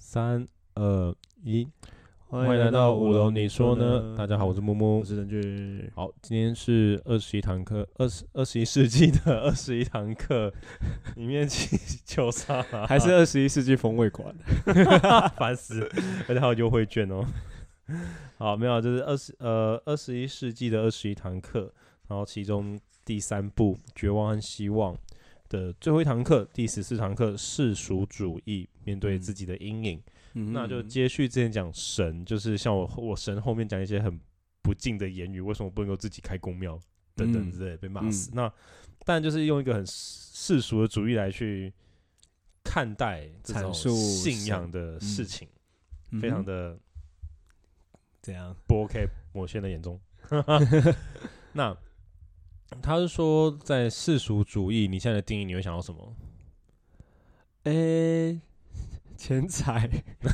3、2、1，欢迎来到5楼，你说呢？大家好，我是木木， 我是任俊。 好，今天是21堂课，21世纪的21堂课，里面求啥？ 还是21世纪风味馆？ 烦死！而且还有优惠券哦。好，没有，就是21世纪的21堂课，然后其中第3部《绝望和希望》的最后一堂课，第14堂课世俗主义，面对自己的阴影。那就接续之前讲神，就是像我神后面讲一些很不敬的言语，为什么不能够自己开公庙等等之类被骂死。那当然就是用一个很世俗的主义来去看待这种信仰的事情，非常的怎样不 OK， 某些人眼中。那他是说，在世俗主义，你现在的定义你会想到什么？ 钱财。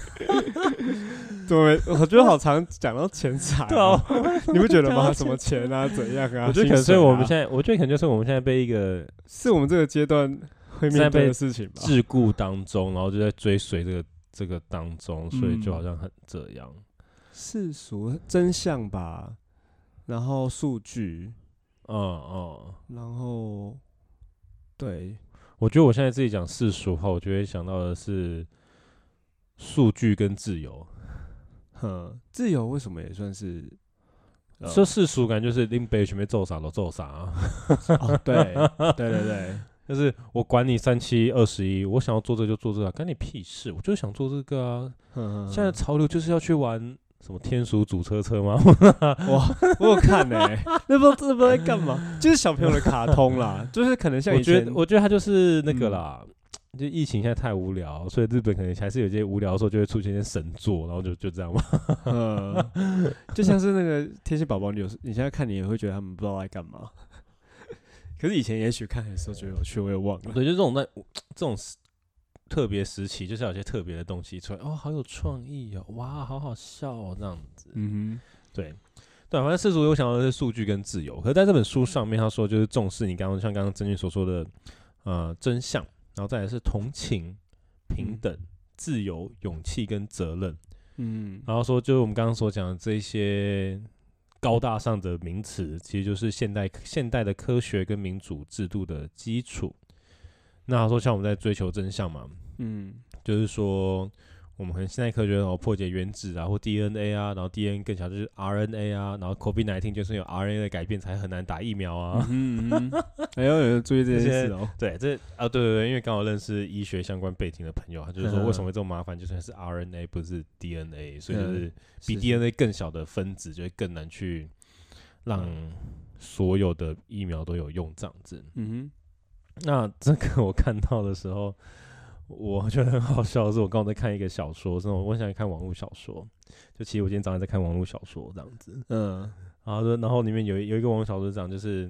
对，我觉得好常讲到钱财。对啊，你不觉得吗？什么钱啊，怎样啊？ 我觉得可能是我们现在，我觉得可能就是我们现在被一个是我们这个阶段会面对的事情吧， 桎梏当中，然后就在追随这个当中，所以就好像很这样。 世俗真相吧，然后数据，然后对， 我觉得我现在自己讲世俗话，我就会想到的是数据跟自由。 自由为什么也算是？ 说世俗感觉就是拎杯全被揍傻都揍傻啊。 对， 就是我管你3721，我想要做这就做这个，干你屁事！我就是想做这个啊。现在潮流就是要去玩什么天竺组车吗？ 哇，我有看那不知道在干嘛，就是小朋友的卡通啦，就是可能像以前， 我觉得他就是那个啦。就疫情现在太无聊，所以日本可能还是有些无聊的时候就会出现一些神作，然后就这样嘛。 就像是那个天线宝宝，你现在看你也会觉得他们不知道在干嘛。可是以前也许看的时候觉得有趣，我也忘了。 对，就这种特别时期，就是要有些特别的东西出来，好有创意哦，哇，好好笑哦，这样子。对，反正世俗我想到的是数据跟自由，可是在这本书上面，他说就是重视你像刚刚曾俊所说的真相。然后再来是同情、平等、自由、勇气跟责任。然后说就是我们刚刚所讲的这些高大上的名词，其实就是现代的科学跟民主制度的基础。那他说像我们在追求真相嘛，就是说我们可能现在科学破解原子啊或 DNA 啊，然后 DNA 更小就是 RNA 啊，然后 COVID-19 就是有 RNA 的改变才很难打疫苗啊。 有人注意这件事哦。 对，对，因为刚好认识医学相关背景的朋友，他就是说为什么会这么麻烦，就算是 RNA 不是 DNA， 所以就是比 DNA 更小的分子就会更难去让所有的疫苗都有用这样子。那这个我看到的时候，我觉得很好笑的是，我刚刚在看一个小说，我想看网络小说，就其实我今天早上在看网络小说这样子。然后里面有一个网络小说这样，就是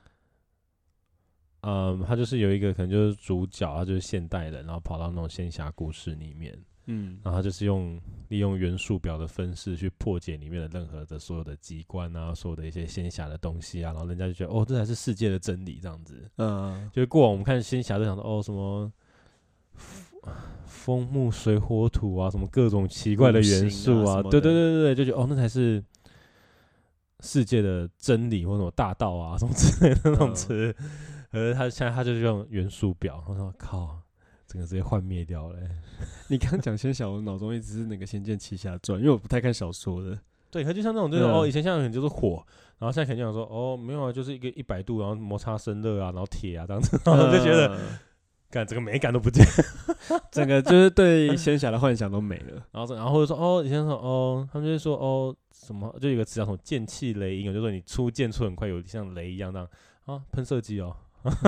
他就是有一个可能就是主角，他就是现代人，然后跑到那种仙侠故事里面，然后他就是利用元素表的分式去破解里面的任何的所有的机关啊，所有的一些仙侠的东西啊，然后人家就觉得这才是世界的真理这样子。就是过往我们看仙侠就想说什么风木水火土啊，什么各种奇怪的元素啊，对，就觉得那才是世界的真理或什么大道啊什么之类的那种词。现在他就是用元素表，我说靠，整个直接幻灭掉了。 你刚讲仙侠，我脑中一直是那个《仙剑奇侠传》，因为我不太看小说的。 对，可就像那种就是以前像可能就是火，然后现在肯定想说没有啊，就是一个100度，然后摩擦生热啊，然后铁啊这样子，然后就觉得。这个美感都不见， 整个就是对仙侠的幻想都没了。 然后或者说以前说他们就会说什么，就有个词叫什么剑气雷音，就是说你出剑出很快，有像雷一样这样喷射机哦。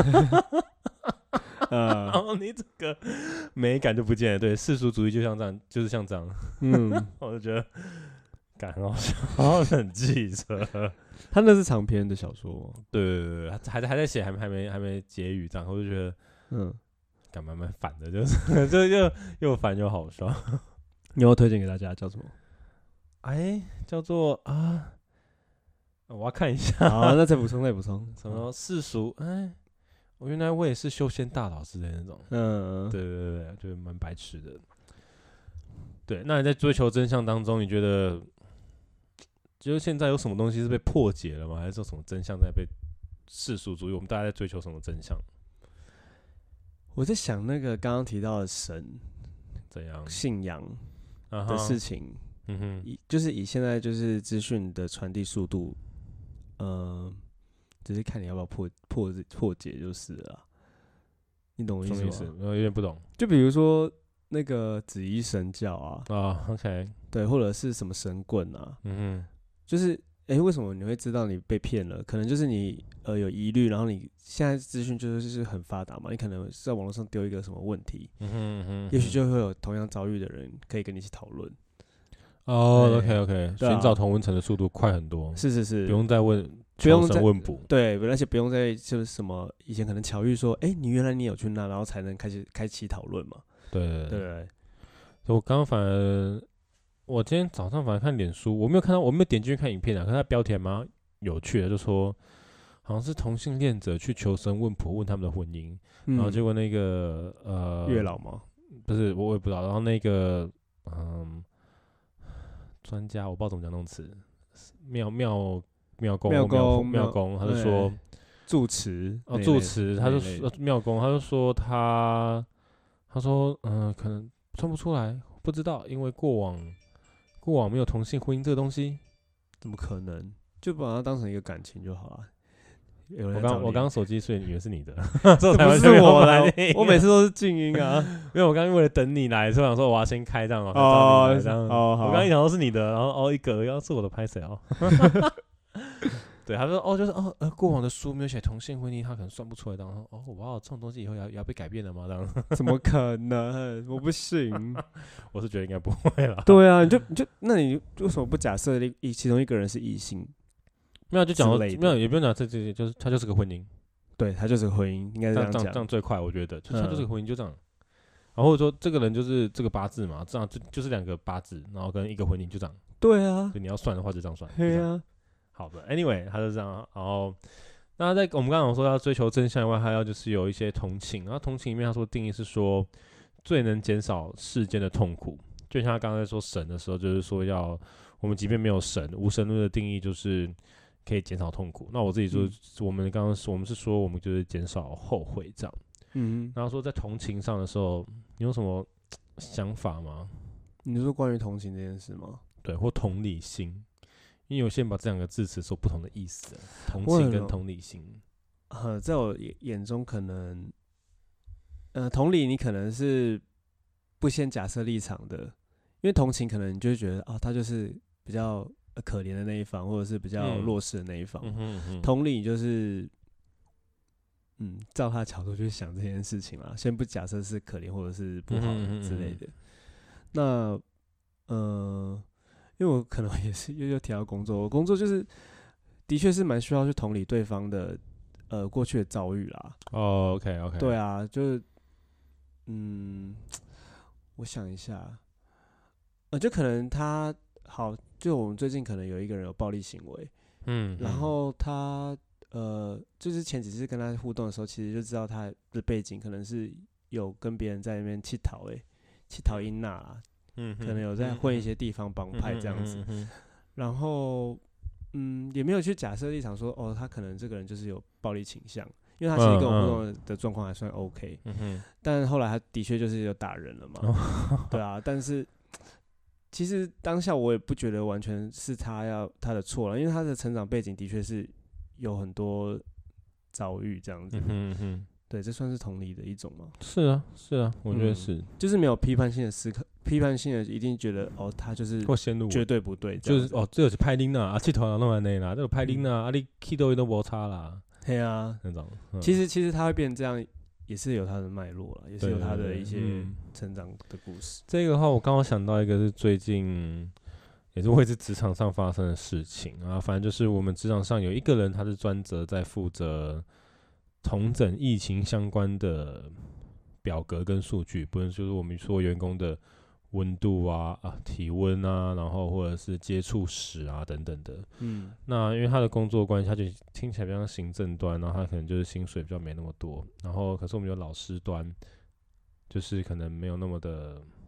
然后你这个美感就不见了。对，世俗主义就像这样，就是像这样。我就觉得很好笑，然后很记着。 他那是长篇的小说吗？ 对，还在写，还没结语这样，我就觉得蛮烦的，就是就又烦又好笑。 你要推荐给大家叫什么？ 叫做我要看一下。 好，那再补充。 什么世俗？原来我也是修仙大佬之类的那种。对，就是蛮白痴的。 对，那你在追求真相当中，你觉得就是现在有什么东西是被破解了吗？还是说什么真相在被世俗主义？我们大家在追求什么真相？ 我在想那个刚刚提到的神怎样信仰的事情，就是以现在就是资讯的传递速度，只是看你要不要破解就是了。你懂我意思吗？ 有点不懂。 就比如说那个紫衣神教啊 ，OK， 对，或者是什么神棍啊，就是为什么你会知道你被骗了？可能就是你有疑虑，然后你现在资讯就是很发达嘛，你可能在网络上丢一个什么问题，也许就会有同样遭遇的人可以跟你一起讨论。 OK， 寻找同温层的速度快很多， 是， 不用再问，不用再问补， 对，而且不用再就是什么以前可能巧遇说，你原来你有去那，然后才能开启讨论嘛。对， 我刚刚反而，我今天早上反而看脸书，我没有点进去看影片啊，可是它标题还蛮有趣的，就说好像是同性恋者去求神问卜问他们的婚姻，然后结果那个月老吗？ 不是，我也不知道，然后那个专家我不知道怎么讲那种词，庙公，他就说住持他就说庙公，他就说他说可能算不出来，不知道，因为过往没有同性婚姻这个东西， 怎么可能？就把它当成一个感情就好了。 我刚手机所以以为是你的， 这不是我来，我每次都是静音啊， 因为我刚刚为了等你来，所以想说我要先开这样我刚一想到是你的，然后一个要是我的拍谁哦。对，他说就是过往的书没有写同性婚姻，他可能算不出来。然后哇，这种东西以后也要被改变了吗？这样怎么可能？我不信。 我是觉得应该不会啦。 对啊，那你为什么不假设其中一个人是异性？ 没有就讲没有，也不用讲这就是他就是个婚姻。 对，他就是个婚姻，应该是这样讲， 这样最快，我觉得，他就是个婚姻，就这样。然后或者说这个人就是这个八字嘛，这样就是2个八字，然后跟一个婚姻就这样。 对啊， 就你要算的话就这样算。 对啊。 好的 ，Anyway， 他就这样。然后，那在我们刚刚说要追求真相以外，还要就是有一些同情。然后同情里面他说定义是说最能减少世间的痛苦。就像他刚才说神的时候，就是说我们即便没有神，无神论的定义就是可以减少痛苦。那我自己说，我们是说我们就是减少后悔这样。然后说在同情上的时候，你有什么想法吗？ 你是说关于同情这件事吗？ 对，或同理心。因为有些人把这2个字词说不同的意思，同情跟同理心。 在我眼中可能，同理你可能是不先假设立场的，因为同情可能你就会觉得他就是比较可怜的那一方，或者是比较弱势的那一方。同理就是照他的角度去想这件事情啦，先不假设是可怜或者是不好之类的。那因为我可能也是又提到工作，我工作就是的确是蛮需要去同理对方的过去的遭遇啦。 OK， 对啊，就是我想一下，就可能他好，就我们最近可能有一个人有暴力行为，然后他就是前几次跟他互动的时候，其实就知道他的背景可能是有跟别人在那边乞讨英娜啦。可能有在混一些地方帮派这样子，然后也没有去假设立场说他可能这个人就是有暴力倾向，因为他其实跟我互动的状况还算 OK，但后来他的确就是有打人了嘛，对啊，但是其实当下我也不觉得完全是他的错了，因为他的成长背景的确是有很多遭遇这样子，对，这算是同理的一种吗？ 是啊，我觉得是， 就是没有批判性的思考，批判性的一定觉得他就是或先入绝对不对， 就是这个是拍恁啊，佚佗人弄安尼啦，这个拍恁啊，你去倒都无差啦， 对啊， 那种。 其实他会变这样，也是有他的脉络了，也是有他的一些成长的故事。 这个的话，我刚刚想到一个是最近也是会是职场上发生的事情啊，反正就是我们职场上有一个人，他是专责在负责统整疫情相关的表格跟数据，不论就是我们说员工的温度体温啊，然后或者是接触史啊等等的。那因为他的工作关系，他就听起来比较像行政端，然后他可能就是薪水比较没那么多，然后可是我们有老师端，就是可能没有那么的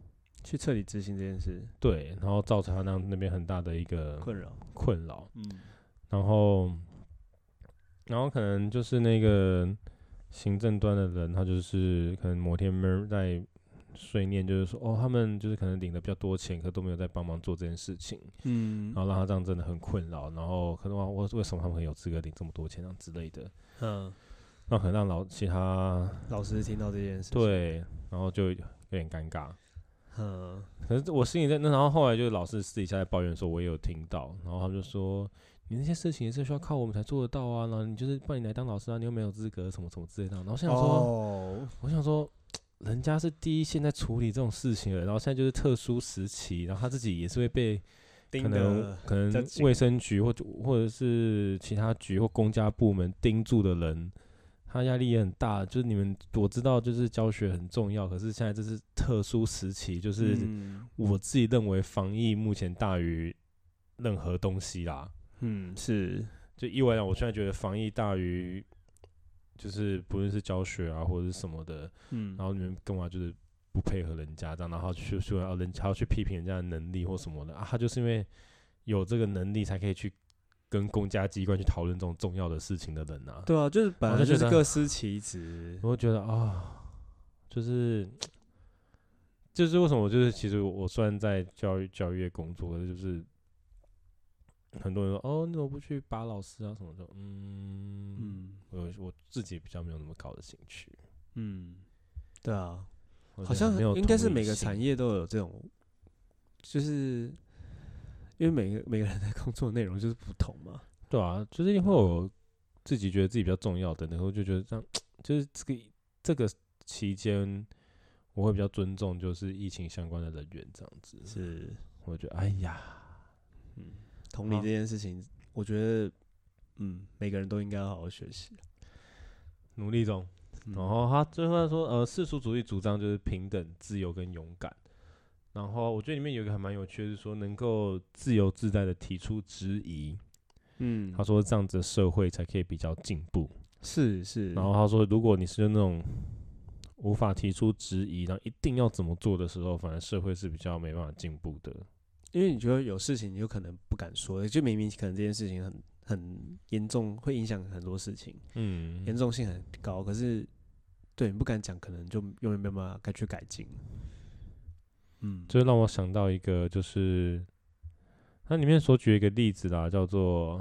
去彻底执行这件事， 对，然后造成他那边很大的一个困扰，然后可能就是那个行政端的人，他就是可能某天在碎念，就是说他们就是可能领的比较多钱，可都没有在帮忙做这件事情，然后让他这样真的很困扰，然后可能为什么他们很有资格领这么多钱这样之类的，那可能让其他老师听到这件事情， 对，然后就有点尴尬。可是我心里然后后来就老师私底下在抱怨说，我也有听到，然后他们就说，你那些事情也是需要靠我们才做得到啊，然后你就是不然你来当老师啊，你又没有资格什么什么之类的。然后我想说，人家是第一线在处理这种事情的，然后现在就是特殊时期，然后他自己也是会被可能卫生局或者是其他局或公家部门盯住的人。他压力也很大，就是我知道，就是教学很重要，可是现在这是特殊时期，就是我自己认为防疫目前大于任何东西啦。 是， 就意外让我现在觉得防疫大于，就是不论是教学啊或者是什么的，然后你们干嘛就是不配合人家这样，然后说要去批评人家的能力或什么的啊，他就是因为有这个能力才可以去。跟公家机关去讨论这种重要的事情的人啊， 对啊，就是本来就是各司其职。 我会觉得就是为什么其实我虽然在教育业工作，可是就是很多人说你怎么不去拔老师啊什么的，我自己比较没有那么高的兴趣。 对啊，好像应该是每个产业都有这种，就是因为每个人的工作内容就是不同嘛。 对啊，就是一定会有自己觉得自己比较重要的，然后就觉得这样，就是这个期间，我会比较尊重就是疫情相关的人员这样子。 是， 我觉得哎呀， 同理这件事情，我觉得每个人都应该要好好学习， 努力中。然后他最后说，世俗主义主张就是平等、自由跟勇敢。然后我觉得里面有一个还蛮有趣的，是说能够自由自在的提出质疑。他说这样子的社会才可以比较进步。 是。 然后他说，如果你是那种无法提出质疑，然后一定要怎么做的时候，反而社会是比较没办法进步的。 因为你觉得有事情你有可能不敢说，就明明可能这件事情很严重，会影响很多事情，严重性很高，可是对你不敢讲，可能就永远没办法去改进。 就让我想到一个，就是它里面所举一个例子啦，叫做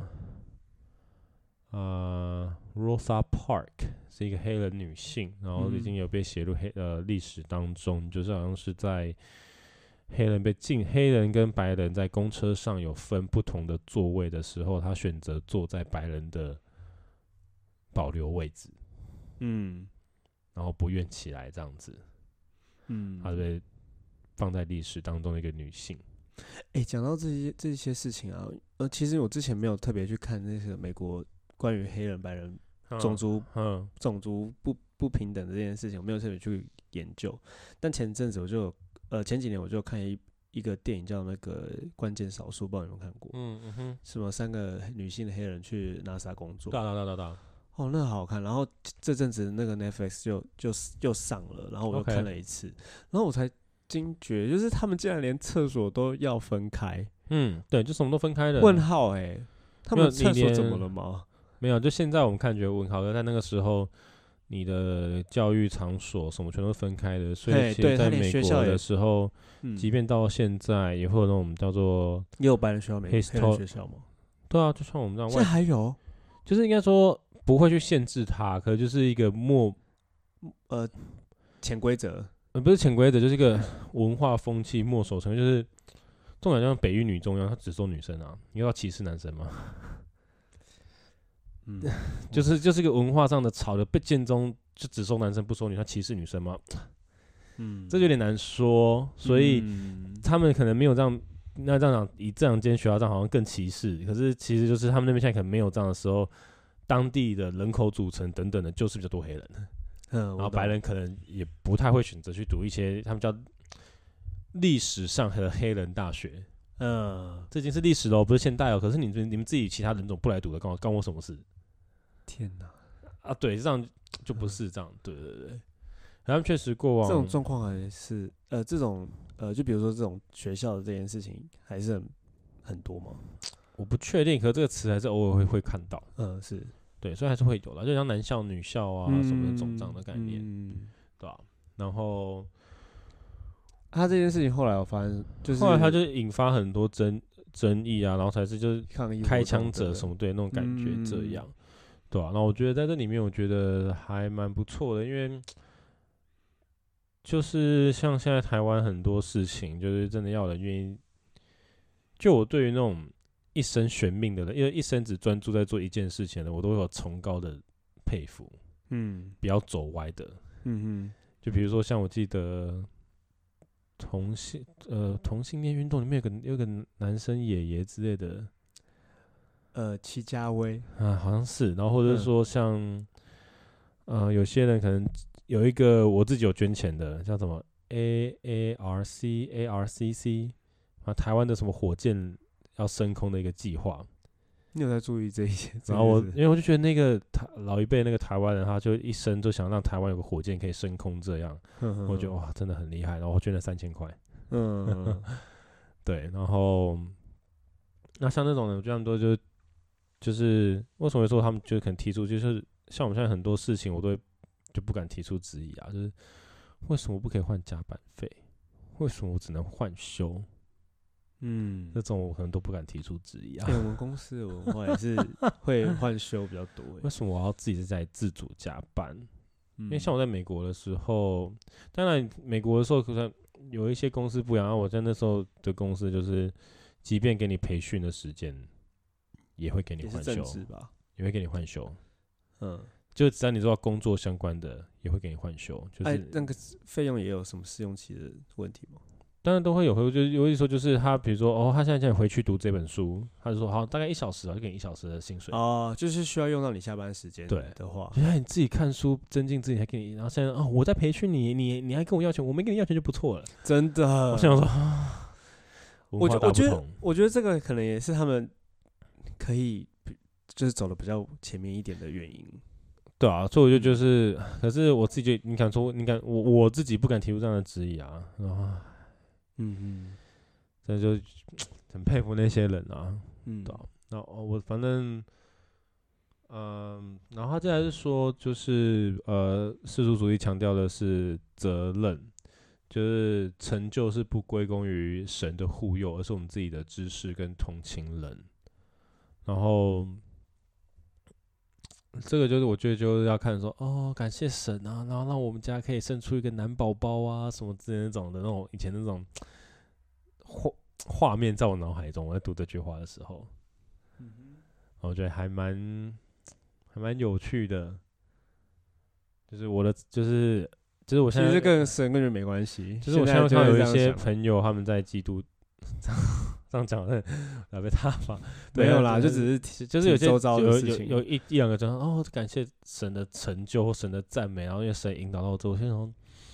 Rosa Parks 是一个黑人女性，然后已经有被写入历史当中，就是好像是在黑人跟白人在公车上有分不同的座位的时候，她选择坐在白人的保留位置，然后不愿起来这样子，她被放在历史当中的一个女性。 讲到这些事情啊，其实我之前没有特别去看那个美国关于黑人白人种族不平等的这件事情，我没有特别去研究。但前阵子前几年我就看一个电影叫那个《关键少数》，不知道你有没有看过？什么3个女性的黑人去 NASA 工作？ 对。 那个好好看。然后这阵子那个 Netflix 就上了，然后我又看了一次，然后我才惊觉，就是他们竟然连厕所都要分开。 对，就什么都分开的。 问号他们厕所怎么了吗？ 没有，就现在我们看觉得问号，但那个时候你的教育场所什么全都是分开的，所以其实在美国的时候，即便到现在也会有那种叫做也有白人学校、黑人学校吗？ 对啊，就像我们这样， 现在还有， 就是应该说不会去限制它，可是就是一个潜规则。 不是潜规则，就是一个文化风气墨守成规，就是重点像北一女中一样，他只收女生啊，你要歧视男生吗？就是一个文化上的吵的，被建中就只收男生不收女生，他歧视女生吗？这有点难说，所以他们可能没有这样，那这样讲以这两间学校这样好像更歧视，可是其实就是他们那边现在可能没有这样的时候，当地的人口组成等等的，就是比较多黑人。然后白人可能也不太会选择去读一些他们叫历史上的黑人大学，这已经是历史了，不是现代哦。可是你们自己其他人种不来读的，关我什么事？ 天哪！ 对，这样就不是这样，对。 他们确实过往这种状况还是这种就比如说这种学校的这件事情还是很多吗？ 我不确定，可是这个词还是偶尔会看到。 是对，所以还是会有啦，就像男校、女校啊什么的种这样的概念，对吧？然后他这件事情后来我发现，就是后来他就引发很多争议啊，然后才是就是开枪者什么对那种感觉这样，对吧？那我觉得在这里面，我觉得还蛮不错的，因为就是像现在台湾很多事情，就是真的要人愿意。就我对于那种一生悬命的人，因为一生只专注在做一件事情的人，我都会有崇高的佩服。不要走歪的。就比如说像我记得同性恋运动里面有个男生爷爷之类的， 戚家威啊，好像是。然后或者是说像有些人可能有一个我自己有捐钱的，叫什么 ARCC。台湾的什么火箭要升空的一个计划， 你有在注意这一些？ 然后因为我就觉得那个老一辈那个台湾人，他就一生就想让台湾有个火箭可以升空，这样，我觉得哇，真的很厉害。然后我捐了3000块，对。然后那像那种人，我觉得他们都就是为什么说他们就可能提出，就是像我们现在很多事情，我都就不敢提出质疑啊，就是为什么不可以换加班费？为什么我只能换休？这种我可能都不敢提出质疑啊。 我们公司的文化也是会换休比较多。 为什么我要自己在自主加班？因为像我在美国的时候，当然美国的时候可能有一些公司不一样。我在那时候的公司就是，即便给你培训的时间，也会给你换休，也会给你换休。就只要你做到工作相关的，也会给你换休。就是那个费用也有什么试用期的问题吗？ 当然都会有，就是有一说就是他，比如说他现在叫你回去读这本书，他就说好，大概1小时就给你1小时的薪水。 就是需要用到你下班时间的话， 就像你自己看书增进自己，还给你，然后现在我在培训你，你还跟我要钱，我没跟你要钱就不错了， 真的。 我想说， 我觉得这个可能也是他们可以就是走的比较前面一点的原因。 对啊，所以我觉得就是，可是我自己你敢我自己不敢提出这样的质疑啊。这就很佩服那些人啊。对啊。那我反正，然后他接下来是说，就是世俗主义强调的是责任，就是成就是不归功于神的护佑，而是我们自己的知识跟同情人。然后这个就是我觉得就是要看说感谢神啊，然后让我们家可以生出一个男宝宝啊什么之类的那种以前那种画面在我脑海中，我在读这句话的时候，我觉得还蛮有趣的。就是我现在其实跟神跟人没关系。 就是我现在看到有一些朋友他们在基督。这样讲的来被他吧， 没有啦，就只是就是有些周遭的事情， 有一两个讲感谢神的成就或神的赞美，然后因为神引导到我之后，我现在说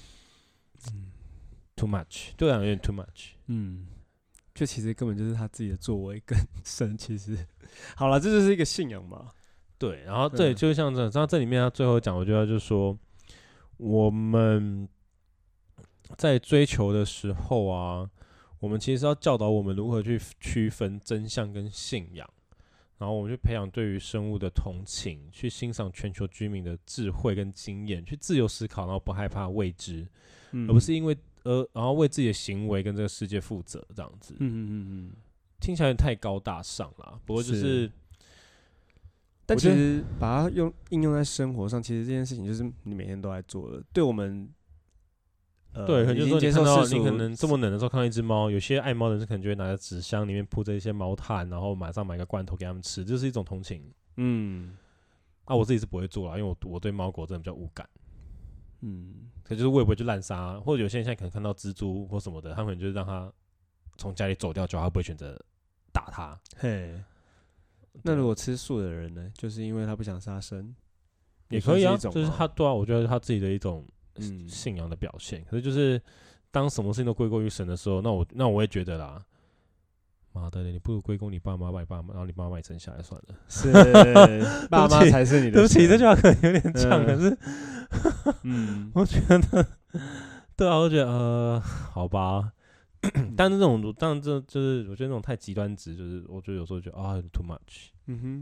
too much， 对啊，有点 too much， 就其实根本就是他自己的作为跟神其实好了，这就是一个信仰嘛。 对，然后对，就像这里面他最后讲，我觉得就是说我们在追求的时候啊。我们其实要教导我们如何去区分真相跟信仰，然后我们去培养对于生物的同情，去欣赏全球居民的智慧跟经验，去自由思考，然后不害怕未知，而不是因为然后为自己的行为跟这个世界负责这样子。听起来太高大上了，不过就是， 但其实把它应用在生活上，其实这件事情就是你每天都在做的，对我们。 对，可能就是说你看到你可能这么冷的时候看到一只猫，有些爱猫的人可能就会拿着纸箱里面铺着一些猫炭，然后马上买个罐头给他们吃，这是一种同情。我自己是不会做啦，因为我对猫狗真的比较无感。可就是我也不会去滥杀，或者有些人现在可能看到蜘蛛或什么的，他们可能就是让它从家里走掉，他不会选择打它。 那如果吃素的人呢？就是因为他不想杀生， 也可以啊，就是他对啊，我觉得他自己的一种。信仰的表现，可是就是当什么事情都归功于神的时候，那我也觉得啦， 妈的，你不如归功你爸妈，把你爸妈，然后你妈妈你生下来算了。 是，爸妈才是你的。 对不起，这句话可能有点呛，可是，我觉得，对啊，我觉得好吧。但是这种，当然这就是我觉得那种太极端值，就是我觉得有时候觉得啊 too much。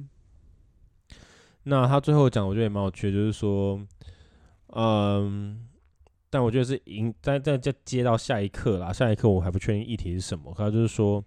那他最后讲，我觉得也蛮有趣的，就是说，但我觉得是再接到下一课啦，下一课我还不确定议题是什么。他就是说，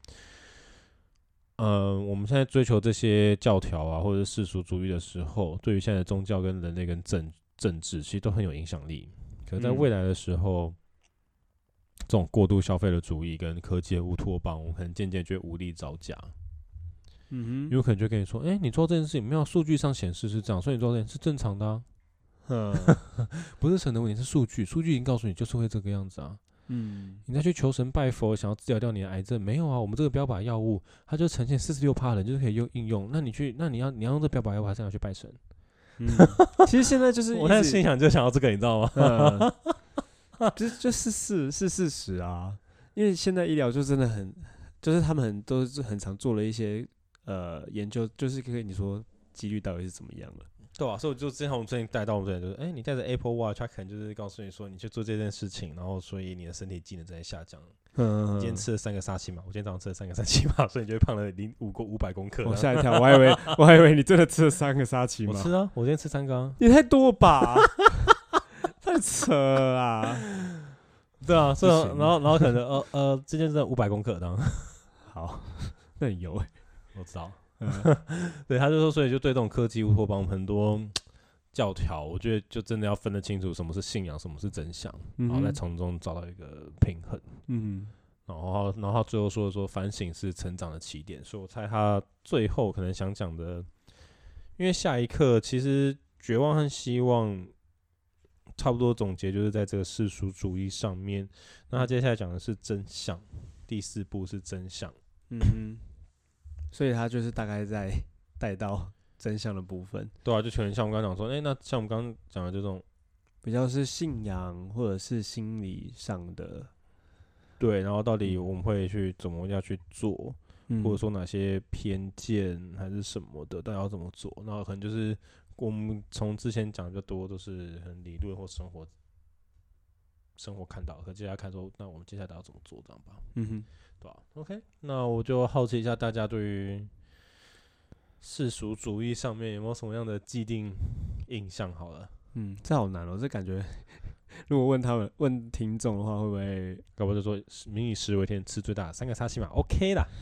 我们现在追求这些教条啊，或者是世俗主义的时候，对于现在的宗教跟人类跟政治，其实都很有影响力。可是在未来的时候，这种过度消费的主义跟科技的乌托邦，我们可能渐渐就会无力招架。有可能就跟你说，你做这件事情没有数据上显示是这样，所以你做这件事是正常的啊。不是神的问题，是数据已经告诉你就是会这个样子啊。你再去求神拜佛，想要治疗掉你的癌症，没有啊。我们这个标靶药物，它就呈现46%的人就是可以应用。那你要用这标靶药物，还是要去拜神？ 其实现在就是我在心想就想到这个，你知道吗？ 就是事实啊。因为现在医疗就真的很，就是他们都是很常做了一些研究，就是跟你说几率到底是怎么样了。 对啊，所以我就之前我们最近带到我们这里，就是你带着 Apple Watch， 它可能就是告诉你说你去做这件事情，然后所以你的身体机能在下降。你今天吃了3个沙琪玛，我今天早上吃了3个沙琪玛，所以你就会胖了500公克。 我吓一跳，我还以为你真的吃了3个沙琪玛。 我吃啊，我今天吃3个啊。 也太多吧，太扯了啊。 对啊，所以然后可能这件是500公克的。 好，那很油我知道。对，他就说，所以就对这种科技乌托邦很多教条，我觉得就真的要分得清楚什么是信仰，什么是真相，然后再从中找到一个平衡。然后他最后说反省是成长的起点，所以我猜他最后可能想讲的，因为下一课其实绝望和希望差不多总结就是在这个世俗主义上面。那他接下来讲的是真相，第4步是真相。 所以他就是大概在带到真相的部分。 对啊，就全像我们刚刚讲说，那像我们刚刚讲的这种比较是信仰或者是心理上的， 对，然后到底我们会去怎么要去做，或者说哪些偏见还是什么的，到底要怎么做？然后可能就是我们从之前讲的比较多都是很理论或生活看到，可接下来看说，那我们接下来要怎么做，这样吧？对吧？OK， 那我就好奇一下大家对于世俗主义上面有没有什么样的既定印象？好了， 这好难哦，这感觉如果问听众的话，会不会搞不好就说民以食为天，吃最大的3个沙琪玛 ，OK 啦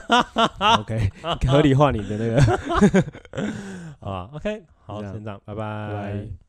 ，OK， 合理化你的那个， 好吧 ，OK， 好，先这样，拜拜。